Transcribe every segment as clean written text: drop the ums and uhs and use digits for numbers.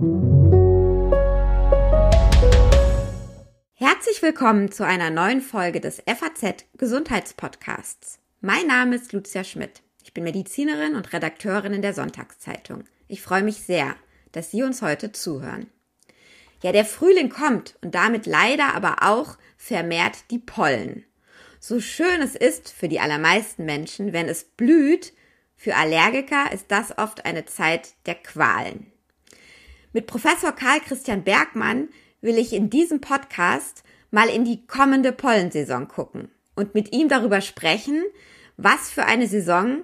Herzlich willkommen zu einer neuen Folge des FAZ Gesundheitspodcasts. Mein Name ist Lucia Schmidt. Ich bin Medizinerin und Redakteurin in der Sonntagszeitung. Ich freue mich sehr, dass Sie uns heute zuhören. Ja, der Frühling kommt und damit leider aber auch vermehrt die Pollen. So schön es ist für die allermeisten Menschen, wenn es blüht, für Allergiker ist das oft eine Zeit der Qualen. Mit Professor Karl Christian Bergmann will ich in diesem Podcast mal in die kommende Pollensaison gucken und mit ihm darüber sprechen, was für eine Saison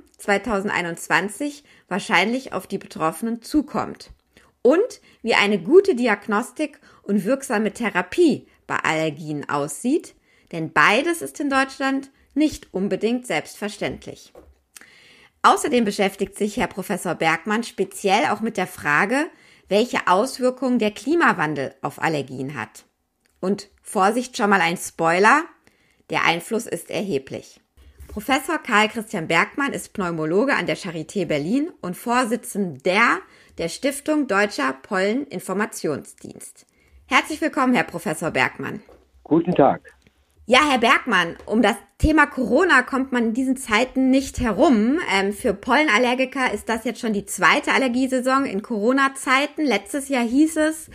2021 wahrscheinlich auf die Betroffenen zukommt und wie eine gute Diagnostik und wirksame Therapie bei Allergien aussieht, denn beides ist in Deutschland nicht unbedingt selbstverständlich. Außerdem beschäftigt sich Herr Professor Bergmann speziell auch mit der Frage, welche Auswirkungen der Klimawandel auf Allergien hat. Und Vorsicht, schon mal ein Spoiler, der Einfluss ist erheblich. Professor Karl Christian Bergmann ist Pneumologe an der Charité Berlin und Vorsitzender der Stiftung Deutscher Polleninformationsdienst. Herzlich willkommen, Herr Professor Bergmann. Guten Tag. Ja, Herr Bergmann, um das Thema Corona kommt man in diesen Zeiten nicht herum. Für Pollenallergiker ist das jetzt schon die zweite Allergiesaison in Corona-Zeiten. Letztes Jahr hieß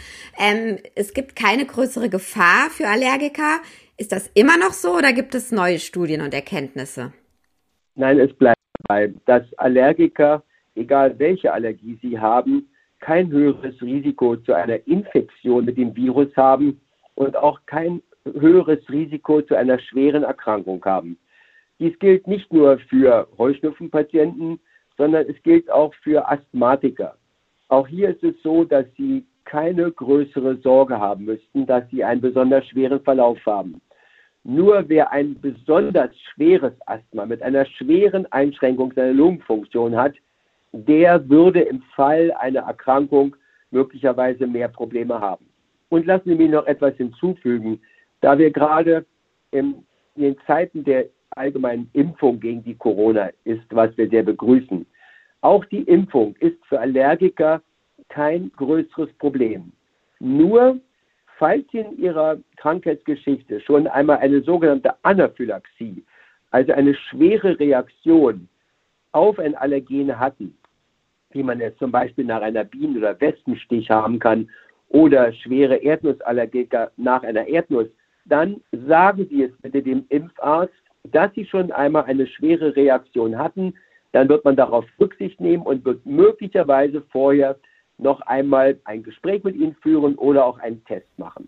es gibt keine größere Gefahr für Allergiker. Ist das immer noch so oder gibt es neue Studien und Erkenntnisse? Nein, es bleibt dabei, dass Allergiker, egal welche Allergie sie haben, kein höheres Risiko zu einer Infektion mit dem Virus haben und auch kein höheres Risiko zu einer schweren Erkrankung haben. Dies gilt nicht nur für Heuschnupfenpatienten, sondern es gilt auch für Asthmatiker. Auch hier ist es so, dass sie keine größere Sorge haben müssten, dass sie einen besonders schweren Verlauf haben. Nur wer ein besonders schweres Asthma mit einer schweren Einschränkung seiner Lungenfunktion hat, der würde im Fall einer Erkrankung möglicherweise mehr Probleme haben. Und lassen Sie mich noch etwas hinzufügen. Da wir gerade in den Zeiten der allgemeinen Impfung gegen die Corona ist, was wir sehr begrüßen. Auch die Impfung ist für Allergiker kein größeres Problem. Nur, falls Sie in Ihrer Krankheitsgeschichte schon einmal eine sogenannte Anaphylaxie, also eine schwere Reaktion auf ein Allergen hatten, wie man es zum Beispiel nach einer Bienen- oder Wespenstich haben kann oder schwere Erdnussallergiker nach einer Erdnuss, dann sagen Sie es bitte dem Impfarzt, dass Sie schon einmal eine schwere Reaktion hatten. Dann wird man darauf Rücksicht nehmen und wird möglicherweise vorher noch einmal ein Gespräch mit Ihnen führen oder auch einen Test machen.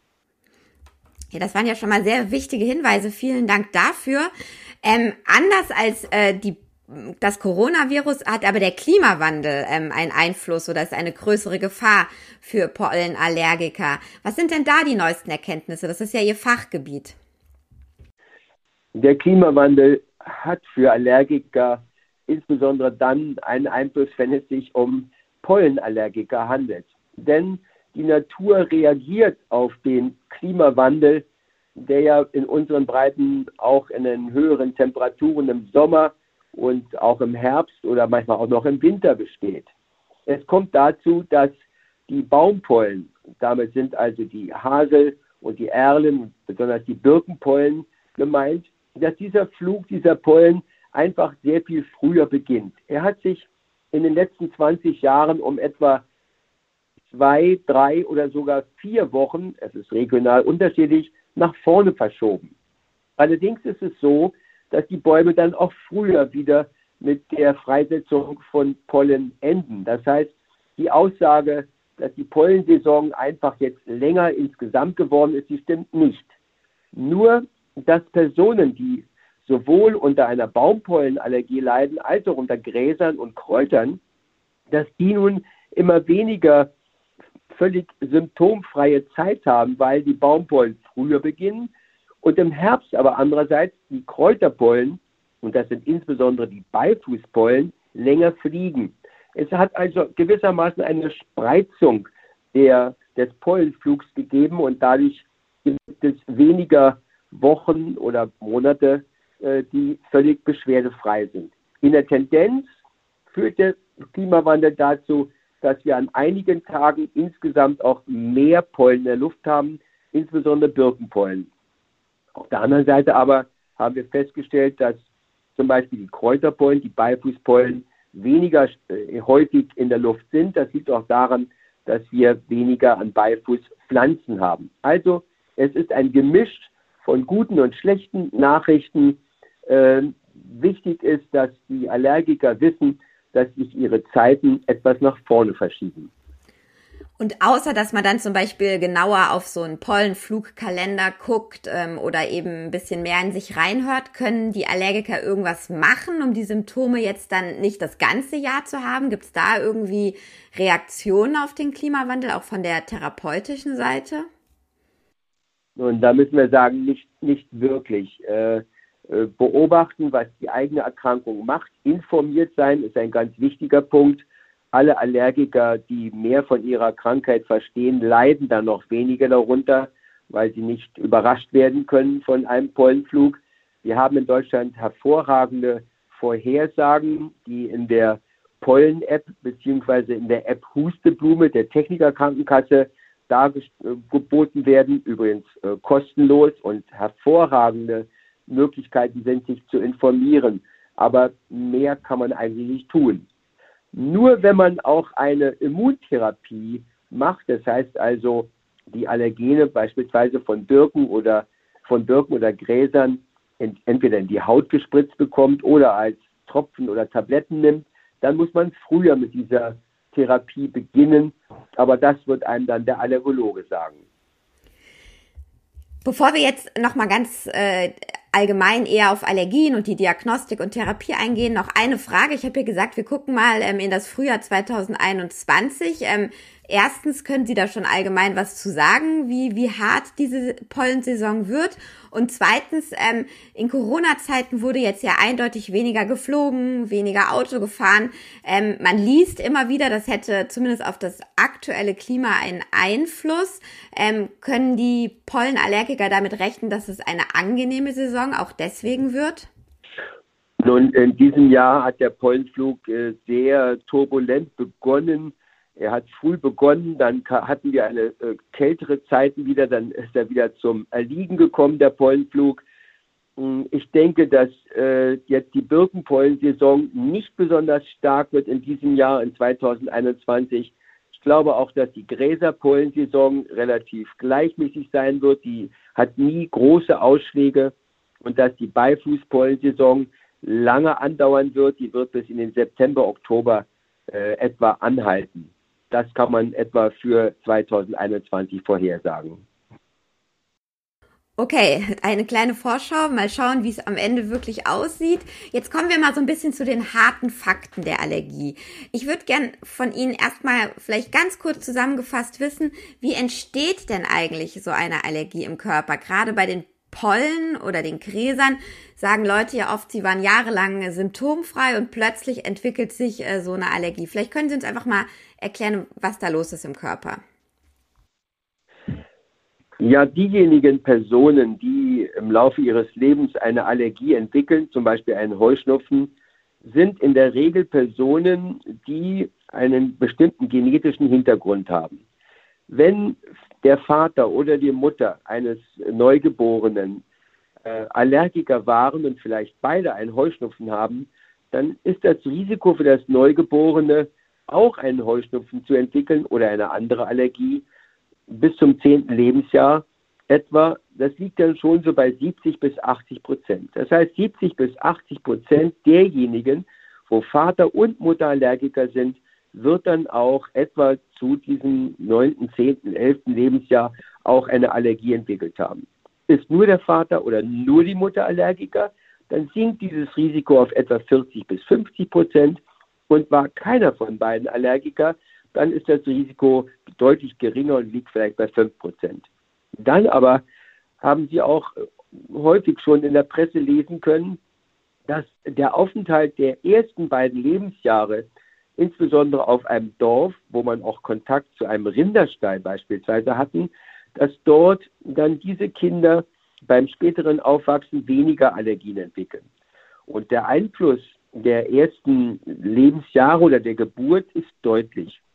Ja, das waren ja schon mal sehr wichtige Hinweise. Vielen Dank dafür. Anders als das Coronavirus hat aber der Klimawandel einen Einfluss oder ist eine größere Gefahr für Pollenallergiker. Was sind denn da die neuesten Erkenntnisse? Das ist ja Ihr Fachgebiet. Der Klimawandel hat für Allergiker insbesondere dann einen Einfluss, wenn es sich um Pollenallergiker handelt. Denn die Natur reagiert auf den Klimawandel, der ja in unseren Breiten auch in den höheren Temperaturen im Sommer und auch im Herbst oder manchmal auch noch im Winter besteht. Es kommt dazu, dass die Baumpollen, damit sind also die Hasel- und die Erlen, besonders die Birkenpollen gemeint, dass dieser Flug dieser Pollen einfach sehr viel früher beginnt. Er hat sich in den letzten 20 Jahren um etwa 2, 3 oder sogar 4 Wochen, es ist regional unterschiedlich, nach vorne verschoben. Allerdings ist es so, dass die Bäume dann auch früher wieder mit der Freisetzung von Pollen enden. Das heißt, die Aussage, dass die Pollensaison einfach jetzt länger insgesamt geworden ist, die stimmt nicht. Nur, dass Personen, die sowohl unter einer Baumpollenallergie leiden, als auch unter Gräsern und Kräutern, dass die nun immer weniger völlig symptomfreie Zeit haben, weil die Baumpollen früher beginnen und im Herbst aber andererseits die Kräuterpollen, und das sind insbesondere die Beifußpollen, länger fliegen. Es hat also gewissermaßen eine Spreizung des Pollenflugs gegeben und dadurch gibt es weniger Wochen oder Monate, die völlig beschwerdefrei sind. In der Tendenz führt der Klimawandel dazu, dass wir an einigen Tagen insgesamt auch mehr Pollen in der Luft haben, insbesondere Birkenpollen. Auf der anderen Seite aber haben wir festgestellt, dass zum Beispiel die Kräuterpollen, die Beifußpollen weniger häufig in der Luft sind. Das liegt auch daran, dass wir weniger an Beifußpflanzen haben. Also es ist ein Gemisch von guten und schlechten Nachrichten. Wichtig ist, dass die Allergiker wissen, dass sich ihre Zeiten etwas nach vorne verschieben. Und außer, dass man dann zum Beispiel genauer auf so einen Pollenflugkalender guckt oder eben ein bisschen mehr in sich reinhört, können die Allergiker irgendwas machen, um die Symptome jetzt dann nicht das ganze Jahr zu haben? Gibt es da irgendwie Reaktionen auf den Klimawandel, auch von der therapeutischen Seite? Und da müssen wir sagen, nicht wirklich. Beobachten, was die eigene Erkrankung macht. Informiert sein ist ein ganz wichtiger Punkt. Alle Allergiker, die mehr von ihrer Krankheit verstehen, leiden dann noch weniger darunter, weil sie nicht überrascht werden können von einem Pollenflug. Wir haben in Deutschland hervorragende Vorhersagen, die in der Pollen-App bzw. in der App Husteblume der Technikerkrankenkasse dargeboten werden, übrigens kostenlos, und hervorragende Möglichkeiten sind, sich zu informieren. Aber mehr kann man eigentlich nicht tun. Nur wenn man auch eine Immuntherapie macht, das heißt also die Allergene beispielsweise von Birken oder Gräsern entweder in die Haut gespritzt bekommt oder als Tropfen oder Tabletten nimmt, dann muss man früher mit dieser Therapie beginnen. Aber das wird einem dann der Allergologe sagen. Bevor wir jetzt nochmal ganz allgemein eher auf Allergien und die Diagnostik und Therapie eingehen, noch eine Frage. Ich habe ja gesagt, wir gucken mal in das Frühjahr 2021. Erstens, können Sie da schon allgemein was zu sagen, wie hart diese Pollensaison wird? Und zweitens, in Corona-Zeiten wurde jetzt ja eindeutig weniger geflogen, weniger Auto gefahren. Man liest immer wieder, das hätte zumindest auf das aktuelle Klima einen Einfluss. Können die Pollenallergiker damit rechnen, dass es eine angenehme Saison auch deswegen wird? Nun, in diesem Jahr hat der Pollenflug sehr turbulent begonnen. Er hat früh begonnen, dann hatten wir eine kältere Zeit wieder, dann ist er wieder zum Erliegen gekommen, der Pollenflug. Ich denke, dass jetzt die Birkenpollensaison nicht besonders stark wird in diesem Jahr, in 2021. Ich glaube auch, dass die Gräserpollensaison relativ gleichmäßig sein wird. Die hat nie große Ausschläge, und dass die Beifußpollensaison lange andauern wird. Die wird bis in den September, Oktober etwa anhalten. Das kann man etwa für 2021 vorhersagen. Okay, eine kleine Vorschau. Mal schauen, wie es am Ende wirklich aussieht. Jetzt kommen wir mal so ein bisschen zu den harten Fakten der Allergie. Ich würde gern von Ihnen erstmal vielleicht ganz kurz zusammengefasst wissen, wie entsteht denn eigentlich so eine Allergie im Körper? Gerade bei den Pollen oder den Gräsern sagen Leute ja oft, sie waren jahrelang symptomfrei und plötzlich entwickelt sich so eine Allergie. Vielleicht können Sie uns einfach mal erklären, was da los ist im Körper. Ja, diejenigen Personen, die im Laufe ihres Lebens eine Allergie entwickeln, zum Beispiel einen Heuschnupfen, sind in der Regel Personen, die einen bestimmten genetischen Hintergrund haben. Wenn der Vater oder die Mutter eines Neugeborenen Allergiker waren und vielleicht beide einen Heuschnupfen haben, dann ist das Risiko für das Neugeborene, auch einen Heuschnupfen zu entwickeln oder eine andere Allergie, bis zum 10. Lebensjahr etwa, das liegt dann schon so bei 70 bis 80%. Das heißt, 70 bis 80% derjenigen, wo Vater und Mutter Allergiker sind, wird dann auch etwa zu diesem 9., 10., 11. Lebensjahr auch eine Allergie entwickelt haben. Ist nur der Vater oder nur die Mutter Allergiker, dann sinkt dieses Risiko auf etwa 40 bis 50%. Und war keiner von beiden Allergiker, dann ist das Risiko deutlich geringer und liegt vielleicht bei 5%. Dann aber haben Sie auch häufig schon in der Presse lesen können, dass der Aufenthalt der ersten beiden Lebensjahre, insbesondere auf einem Dorf, wo man auch Kontakt zu einem Rinderstall beispielsweise hatten, dass dort dann diese Kinder beim späteren Aufwachsen weniger Allergien entwickeln. Und der Einfluss der ersten Lebensjahre oder der Geburt ist deutlich.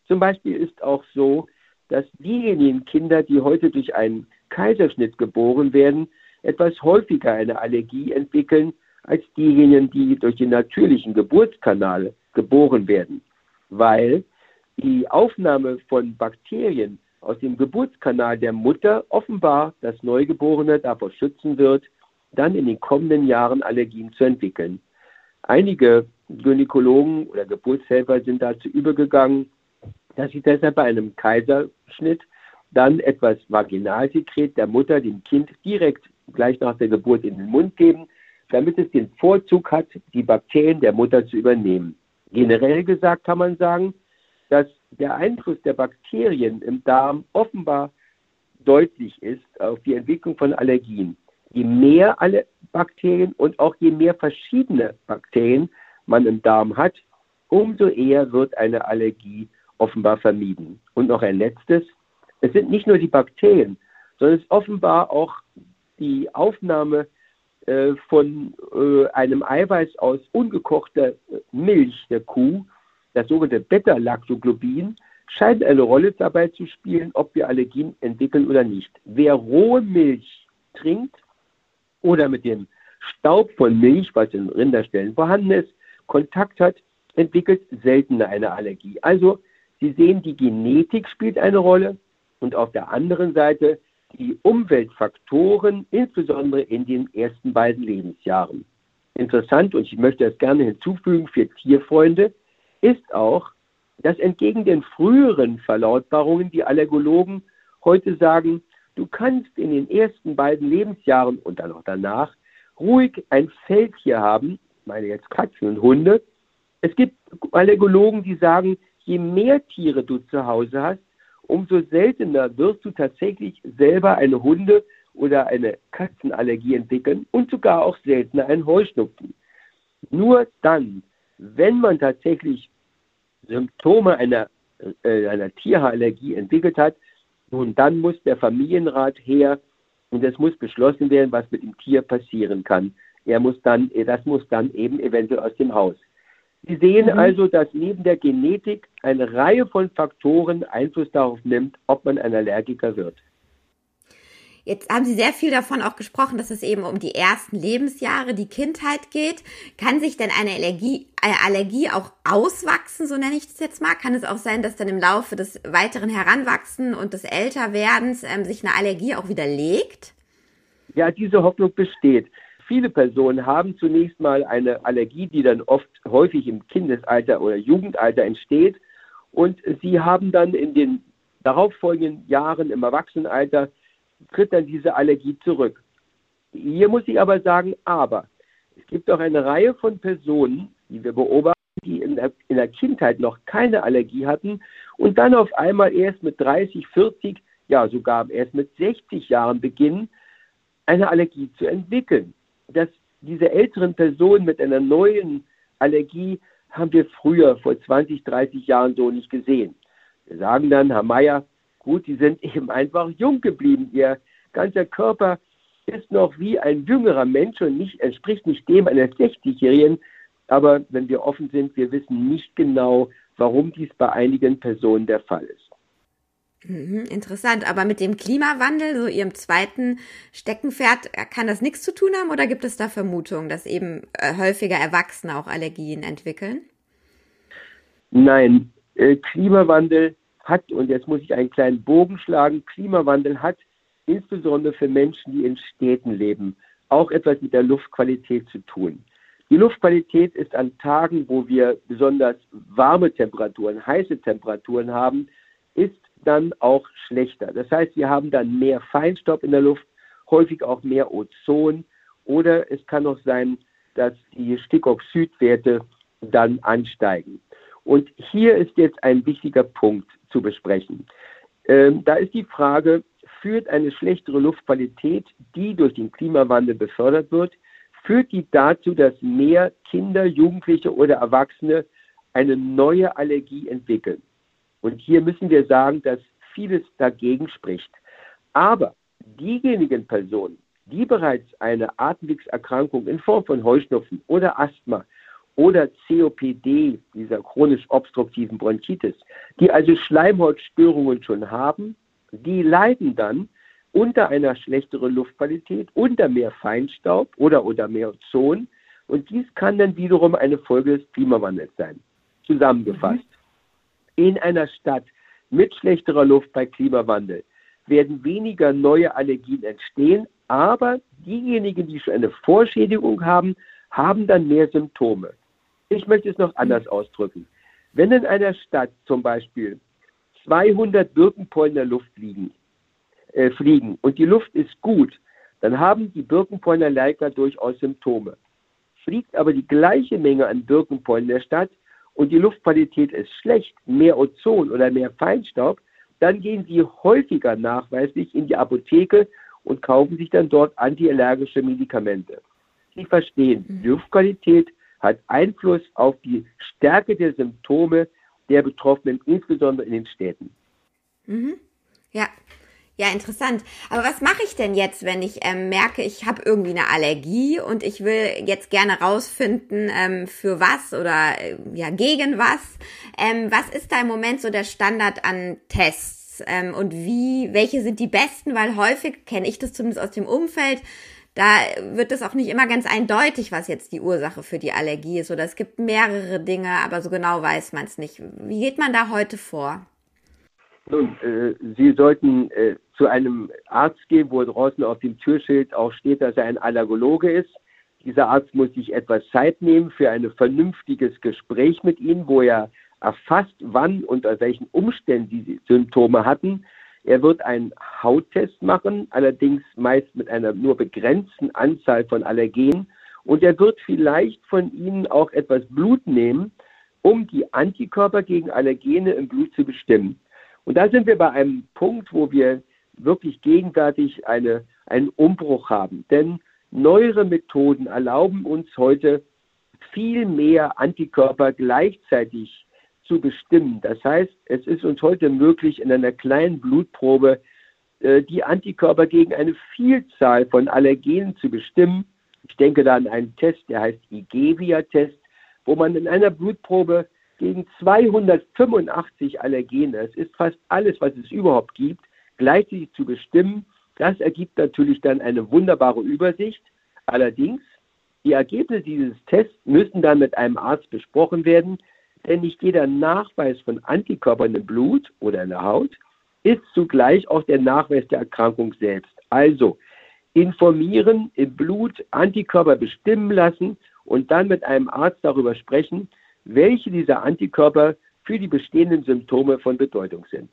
Zum Beispiel ist auch so, dass diejenigen Kinder, die heute durch einen Kaiserschnitt geboren werden, etwas häufiger eine Allergie entwickeln als diejenigen, die durch den natürlichen Geburtskanal geboren werden, weil die Aufnahme von Bakterien aus dem Geburtskanal der Mutter offenbar das Neugeborene davor schützen wird, dann in den kommenden Jahren Allergien zu entwickeln. Einige Gynäkologen oder Geburtshelfer sind dazu übergegangen, dass sie deshalb bei einem Kaiserschnitt dann etwas Vaginalsekret der Mutter dem Kind direkt gleich nach der Geburt in den Mund geben, damit es den Vorzug hat, die Bakterien der Mutter zu übernehmen. Generell gesagt kann man sagen, dass der Einfluss der Bakterien im Darm offenbar deutlich ist auf die Entwicklung von Allergien. Je mehr alle Bakterien und auch je mehr verschiedene Bakterien man im Darm hat, umso eher wird eine Allergie offenbar vermieden. Und noch ein letztes, es sind nicht nur die Bakterien, sondern es ist offenbar auch die Aufnahme von einem Eiweiß aus ungekochter Milch der Kuh, das sogenannte Beta-Lactoglobin, scheint eine Rolle dabei zu spielen, ob wir Allergien entwickeln oder nicht. Wer rohe Milch trinkt oder mit dem Staub von Milch, was in Rinderställen vorhanden ist, Kontakt hat, entwickelt seltener eine Allergie. Also Sie sehen, die Genetik spielt eine Rolle und auf der anderen Seite die Umweltfaktoren, insbesondere in den ersten beiden Lebensjahren. Interessant, und ich möchte das gerne hinzufügen für Tierfreunde, ist auch, dass entgegen den früheren Verlautbarungen die Allergologen heute sagen, du kannst in den ersten beiden Lebensjahren und dann auch danach ruhig ein Feldtier haben, ich meine jetzt Katzen und Hunde. Es gibt Allergologen, die sagen, je mehr Tiere du zu Hause hast, umso seltener wirst du tatsächlich selber eine Hunde- oder eine Katzenallergie entwickeln und sogar auch seltener einen Heuschnupfen. Nur dann, wenn man tatsächlich Symptome einer Tierhaarallergie entwickelt hat, nun dann muss der Familienrat her und es muss beschlossen werden, was mit dem Tier passieren kann. Das muss dann eben eventuell aus dem Haus. Sie sehen also, dass neben der Genetik eine Reihe von Faktoren Einfluss darauf nimmt, ob man ein Allergiker wird. Jetzt haben Sie sehr viel davon auch gesprochen, dass es eben um die ersten Lebensjahre, die Kindheit geht. Kann sich denn eine Allergie auch auswachsen, so nenne ich das jetzt mal? Kann es auch sein, dass dann im Laufe des weiteren Heranwachsens und des Älterwerdens sich eine Allergie auch widerlegt? Ja, diese Hoffnung besteht. Viele Personen haben zunächst mal eine Allergie, die dann häufig im Kindesalter oder Jugendalter entsteht. Und sie haben dann in den darauffolgenden Jahren im Erwachsenenalter tritt dann diese Allergie zurück. Hier muss ich aber sagen, es gibt auch eine Reihe von Personen, die wir beobachten, die in der Kindheit noch keine Allergie hatten und dann auf einmal erst mit 30, 40, ja sogar erst mit 60 Jahren beginnen, eine Allergie zu entwickeln. Diese älteren Personen mit einer neuen Allergie haben wir früher, vor 20, 30 Jahren so nicht gesehen. Wir sagen dann, Herr Meier, gut, die sind eben einfach jung geblieben. Ihr ganzer Körper ist noch wie ein jüngerer Mensch und entspricht nicht dem eines 60-Jährigen. Aber wenn wir offen sind, wir wissen nicht genau, warum dies bei einigen Personen der Fall ist. Interessant, aber mit dem Klimawandel, so Ihrem zweiten Steckenpferd, kann das nichts zu tun haben oder gibt es da Vermutungen, dass eben häufiger Erwachsene auch Allergien entwickeln? Nein, Klimawandel hat, und jetzt muss ich einen kleinen Bogen schlagen, Klimawandel hat insbesondere für Menschen, die in Städten leben, auch etwas mit der Luftqualität zu tun. Die Luftqualität ist an Tagen, wo wir besonders warme Temperaturen, heiße Temperaturen haben, ist dann auch schlechter. Das heißt, wir haben dann mehr Feinstaub in der Luft, häufig auch mehr Ozon oder es kann auch sein, dass die Stickoxidwerte dann ansteigen. Und hier ist jetzt ein wichtiger Punkt zu besprechen. Da ist die Frage, führt eine schlechtere Luftqualität, die durch den Klimawandel befördert wird, führt die dazu, dass mehr Kinder, Jugendliche oder Erwachsene eine neue Allergie entwickeln? Und hier müssen wir sagen, dass vieles dagegen spricht. Aber diejenigen Personen, die bereits eine Atemwegserkrankung in Form von Heuschnupfen oder Asthma oder COPD, dieser chronisch obstruktiven Bronchitis, die also Schleimhautstörungen schon haben, die leiden dann unter einer schlechteren Luftqualität, unter mehr Feinstaub oder mehr Ozon. Und dies kann dann wiederum eine Folge des Klimawandels sein. Zusammengefasst. In einer Stadt mit schlechterer Luft bei Klimawandel werden weniger neue Allergien entstehen, aber diejenigen, die schon eine Vorschädigung haben, haben dann mehr Symptome. Ich möchte es noch anders ausdrücken. Wenn in einer Stadt zum Beispiel 200 Birkenpollen in der Luft fliegen und die Luft ist gut, dann haben die Birkenpollenallergiker durchaus Symptome. Fliegt aber die gleiche Menge an Birkenpollen in der Stadt und die Luftqualität ist schlecht, mehr Ozon oder mehr Feinstaub, dann gehen sie häufiger nachweislich in die Apotheke und kaufen sich dann dort antiallergische Medikamente. Sie verstehen, die Luftqualität hat Einfluss auf die Stärke der Symptome der Betroffenen, insbesondere in den Städten. Ja, interessant. Aber was mache ich denn jetzt, wenn ich merke, ich habe irgendwie eine Allergie und ich will jetzt gerne rausfinden, für was oder gegen was? Was ist da im Moment so der Standard an Tests? Und welche sind die besten? Weil häufig, kenne ich das zumindest aus dem Umfeld, da wird es auch nicht immer ganz eindeutig, was jetzt die Ursache für die Allergie ist. Oder es gibt mehrere Dinge, aber so genau weiß man es nicht. Wie geht man da heute vor? Nun, Sie sollten zu einem Arzt gehen, wo draußen auf dem Türschild auch steht, dass er ein Allergologe ist. Dieser Arzt muss sich etwas Zeit nehmen für ein vernünftiges Gespräch mit Ihnen, wo er erfasst, wann und unter welchen Umständen die Symptome hatten. Er wird einen Hauttest machen, allerdings meist mit einer nur begrenzten Anzahl von Allergenen. Und er wird vielleicht von Ihnen auch etwas Blut nehmen, um die Antikörper gegen Allergene im Blut zu bestimmen. Und da sind wir bei einem Punkt, wo wir wirklich gegenwärtig einen Umbruch haben. Denn neuere Methoden erlauben uns heute viel mehr Antikörper gleichzeitig zu bestimmen. Das heißt, es ist uns heute möglich, in einer kleinen Blutprobe die Antikörper gegen eine Vielzahl von Allergenen zu bestimmen. Ich denke da an einen Test, der heißt IgevIA-Test, wo man in einer Blutprobe gegen 285 Allergene, es ist fast alles, was es überhaupt gibt, gleichzeitig zu bestimmen. Das ergibt natürlich dann eine wunderbare Übersicht. Allerdings, die Ergebnisse dieses Tests müssen dann mit einem Arzt besprochen werden, denn nicht jeder Nachweis von Antikörpern im Blut oder in der Haut ist zugleich auch der Nachweis der Erkrankung selbst. Also informieren, im Blut Antikörper bestimmen lassen und dann mit einem Arzt darüber sprechen, welche dieser Antikörper für die bestehenden Symptome von Bedeutung sind.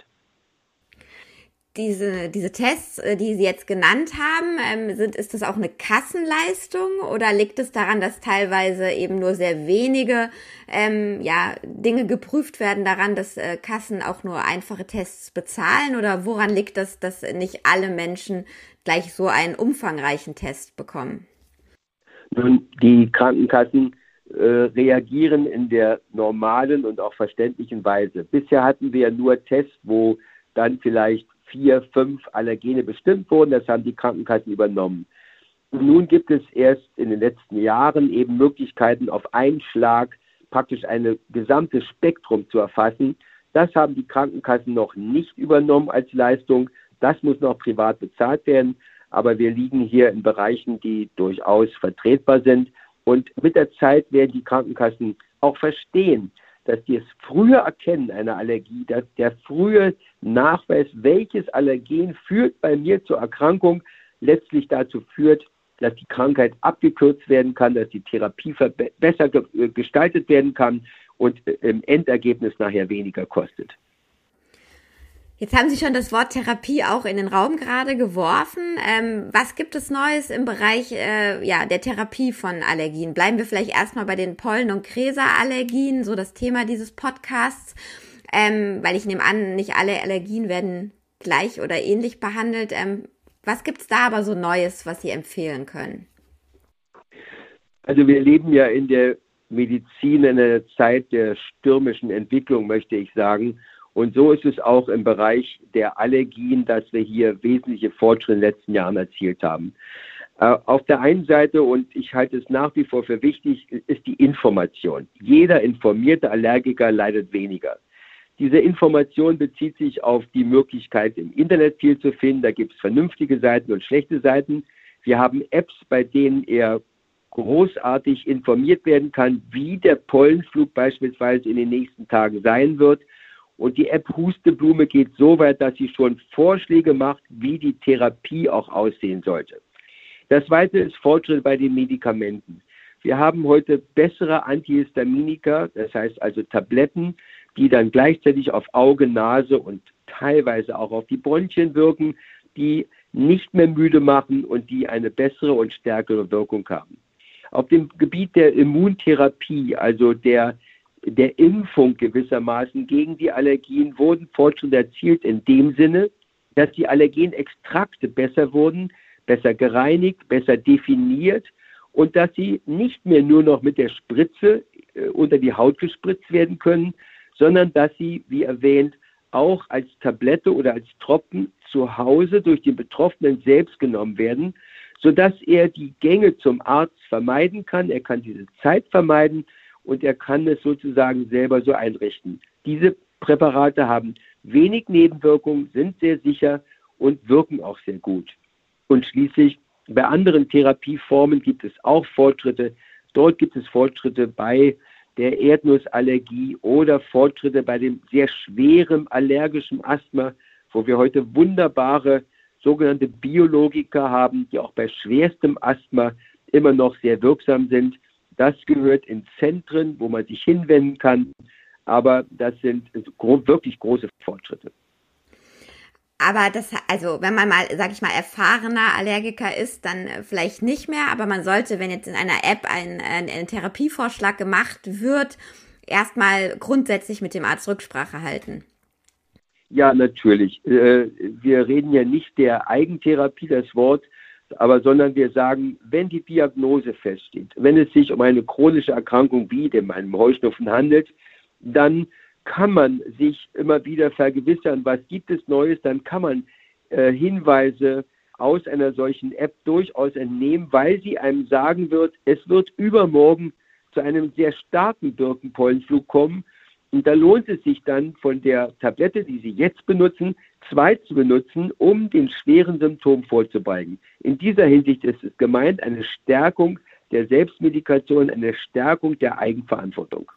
Diese Tests, die Sie jetzt genannt haben, ist das auch eine Kassenleistung oder liegt es daran, dass teilweise eben nur sehr wenige Dinge geprüft werden, daran, dass Kassen auch nur einfache Tests bezahlen, oder woran liegt das, dass nicht alle Menschen gleich so einen umfangreichen Test bekommen? Nun, die Krankenkassen reagieren in der normalen und auch verständlichen Weise. Bisher hatten wir nur Tests, wo dann vielleicht 4, 5 Allergene bestimmt wurden. Das haben die Krankenkassen übernommen. Und nun gibt es erst in den letzten Jahren eben Möglichkeiten, auf einen Schlag praktisch ein gesamtes Spektrum zu erfassen. Das haben die Krankenkassen noch nicht übernommen als Leistung. Das muss noch privat bezahlt werden. Aber wir liegen hier in Bereichen, die durchaus vertretbar sind. Und mit der Zeit werden die Krankenkassen auch verstehen, dass das frühe Erkennen einer Allergie, dass der frühe Nachweis, welches Allergen führt bei mir zur Erkrankung, letztlich dazu führt, dass die Krankheit abgekürzt werden kann, dass die Therapie besser gestaltet werden kann und im Endergebnis nachher weniger kostet. Jetzt haben Sie schon das Wort Therapie auch in den Raum gerade geworfen. Was gibt es Neues im Bereich der Therapie von Allergien? Bleiben wir vielleicht erstmal bei den Pollen- und Gräserallergien, so das Thema dieses Podcasts, weil ich nehme an, nicht alle Allergien werden gleich oder ähnlich behandelt. Was gibt es da aber so Neues, was Sie empfehlen können? Also wir leben ja in der Medizin in einer Zeit der stürmischen Entwicklung, möchte ich sagen. Und so ist es auch im Bereich der Allergien, dass wir hier wesentliche Fortschritte in den letzten Jahren erzielt haben. Auf der einen Seite, und ich halte es nach wie vor für wichtig, ist die Information. Jeder informierte Allergiker leidet weniger. Diese Information bezieht sich auf die Möglichkeit, im Internet viel zu finden. Da gibt es vernünftige Seiten und schlechte Seiten. Wir haben Apps, bei denen er großartig informiert werden kann, wie der Pollenflug beispielsweise in den nächsten Tagen sein wird. Und die App Husteblume geht so weit, dass sie schon Vorschläge macht, wie die Therapie auch aussehen sollte. Das Zweite ist Fortschritt bei den Medikamenten. Wir haben heute bessere Antihistaminika, das heißt also Tabletten, die dann gleichzeitig auf Auge, Nase und teilweise auch auf die Bronchien wirken, die nicht mehr müde machen und die eine bessere und stärkere Wirkung haben. Auf dem Gebiet der Immuntherapie, also der Impfung gewissermaßen gegen die Allergien, wurden Fortschritte erzielt in dem Sinne, dass die Allergenextrakte besser wurden, besser gereinigt, besser definiert und dass sie nicht mehr nur noch mit der Spritze unter die Haut gespritzt werden können, sondern dass sie, wie erwähnt, auch als Tablette oder als Tropfen zu Hause durch den Betroffenen selbst genommen werden, sodass er die Gänge zum Arzt vermeiden kann. Er kann diese Zeit vermeiden und er kann es sozusagen selber so einrichten. Diese Präparate haben wenig Nebenwirkungen, sind sehr sicher und wirken auch sehr gut. Und schließlich bei anderen Therapieformen gibt es auch Fortschritte. Dort gibt es Fortschritte bei der Erdnussallergie oder Fortschritte bei dem sehr schweren allergischen Asthma, wo wir heute wunderbare sogenannte Biologika haben, die auch bei schwerstem Asthma immer noch sehr wirksam sind. Das gehört in Zentren, wo man sich hinwenden kann, aber das sind wirklich große Fortschritte. Aber also wenn man mal, sag ich mal, erfahrener Allergiker ist, dann vielleicht nicht mehr, aber man sollte, wenn jetzt in einer App ein Therapievorschlag gemacht wird, erstmal grundsätzlich mit dem Arzt Rücksprache halten. Ja, natürlich. Wir reden ja nicht der Eigentherapie, das Wort, sondern wir sagen, wenn die Diagnose feststeht, wenn es sich um eine chronische Erkrankung wie dem Heuschnupfen handelt, dann kann man sich immer wieder vergewissern, was gibt es Neues, dann kann man Hinweise aus einer solchen App durchaus entnehmen, weil sie einem sagen wird, es wird übermorgen zu einem sehr starken Birkenpollenflug kommen. Und da lohnt es sich dann von der Tablette, die Sie jetzt benutzen, 2 zu benutzen, um den schweren Symptomen vorzubeugen. In dieser Hinsicht ist es gemeint, eine Stärkung der Selbstmedikation, eine Stärkung der Eigenverantwortung.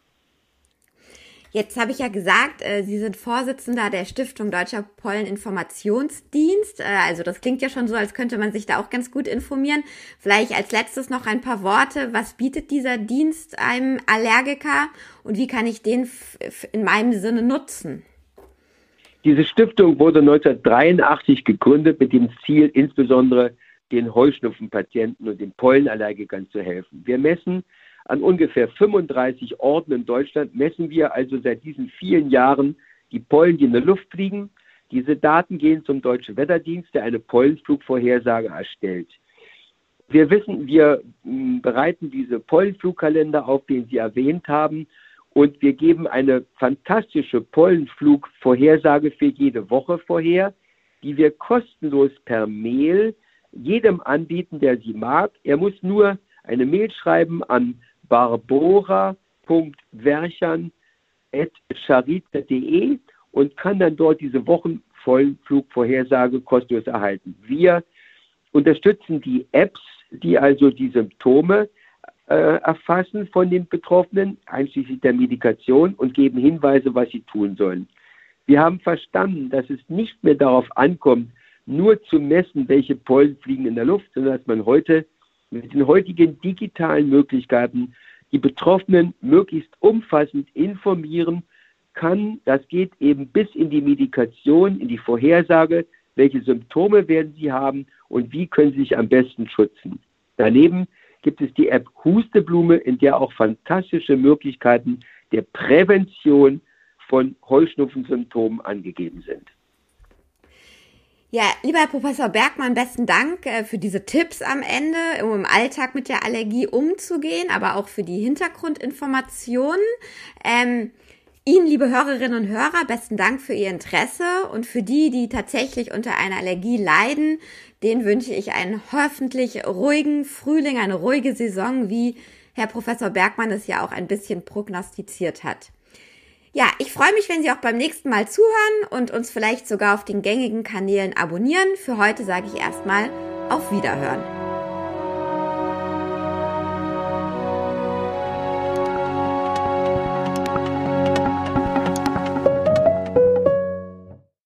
Jetzt habe ich ja gesagt, Sie sind Vorsitzender der Stiftung Deutscher Polleninformationsdienst. Also das klingt ja schon so, als könnte man sich da auch ganz gut informieren. Vielleicht als letztes noch ein paar Worte. Was bietet dieser Dienst einem Allergiker und wie kann ich den in meinem Sinne nutzen? Diese Stiftung wurde 1983 gegründet mit dem Ziel, insbesondere den Heuschnupfenpatienten und den Pollenallergikern zu helfen. Wir messen an ungefähr 35 Orten in Deutschland, messen wir also seit diesen vielen Jahren die Pollen, die in der Luft fliegen. Diese Daten gehen zum Deutschen Wetterdienst, der eine Pollenflugvorhersage erstellt. Wir bereiten diese Pollenflugkalender auf, den Sie erwähnt haben, und wir geben eine fantastische Pollenflugvorhersage für jede Woche vorher, die wir kostenlos per Mail jedem anbieten, der sie mag. Er muss nur eine Mail schreiben an barbora.werchan@charita.de und kann dann dort diese Wochenvollflugvorhersage kostenlos erhalten. Wir unterstützen die Apps, die also die Symptome erfassen von den Betroffenen, einschließlich der Medikation, und geben Hinweise, was sie tun sollen. Wir haben verstanden, dass es nicht mehr darauf ankommt, nur zu messen, welche Pollen fliegen in der Luft, sondern dass man heute mit den heutigen digitalen Möglichkeiten die Betroffenen möglichst umfassend informieren kann. Das geht eben bis in die Medikation, in die Vorhersage, welche Symptome werden sie haben und wie können sie sich am besten schützen. Daneben gibt es die App Husteblume, in der auch fantastische Möglichkeiten der Prävention von Heuschnupfensymptomen angegeben sind. Ja, lieber Herr Professor Bergmann, besten Dank für diese Tipps am Ende, um im Alltag mit der Allergie umzugehen, aber auch für die Hintergrundinformationen. Ihnen, liebe Hörerinnen und Hörer, besten Dank für Ihr Interesse und für die tatsächlich unter einer Allergie leiden, denen wünsche ich einen hoffentlich ruhigen Frühling, eine ruhige Saison, wie Herr Professor Bergmann es ja auch ein bisschen prognostiziert hat. Ja, ich freue mich, wenn Sie auch beim nächsten Mal zuhören und uns vielleicht sogar auf den gängigen Kanälen abonnieren. Für heute sage ich erstmal auf Wiederhören.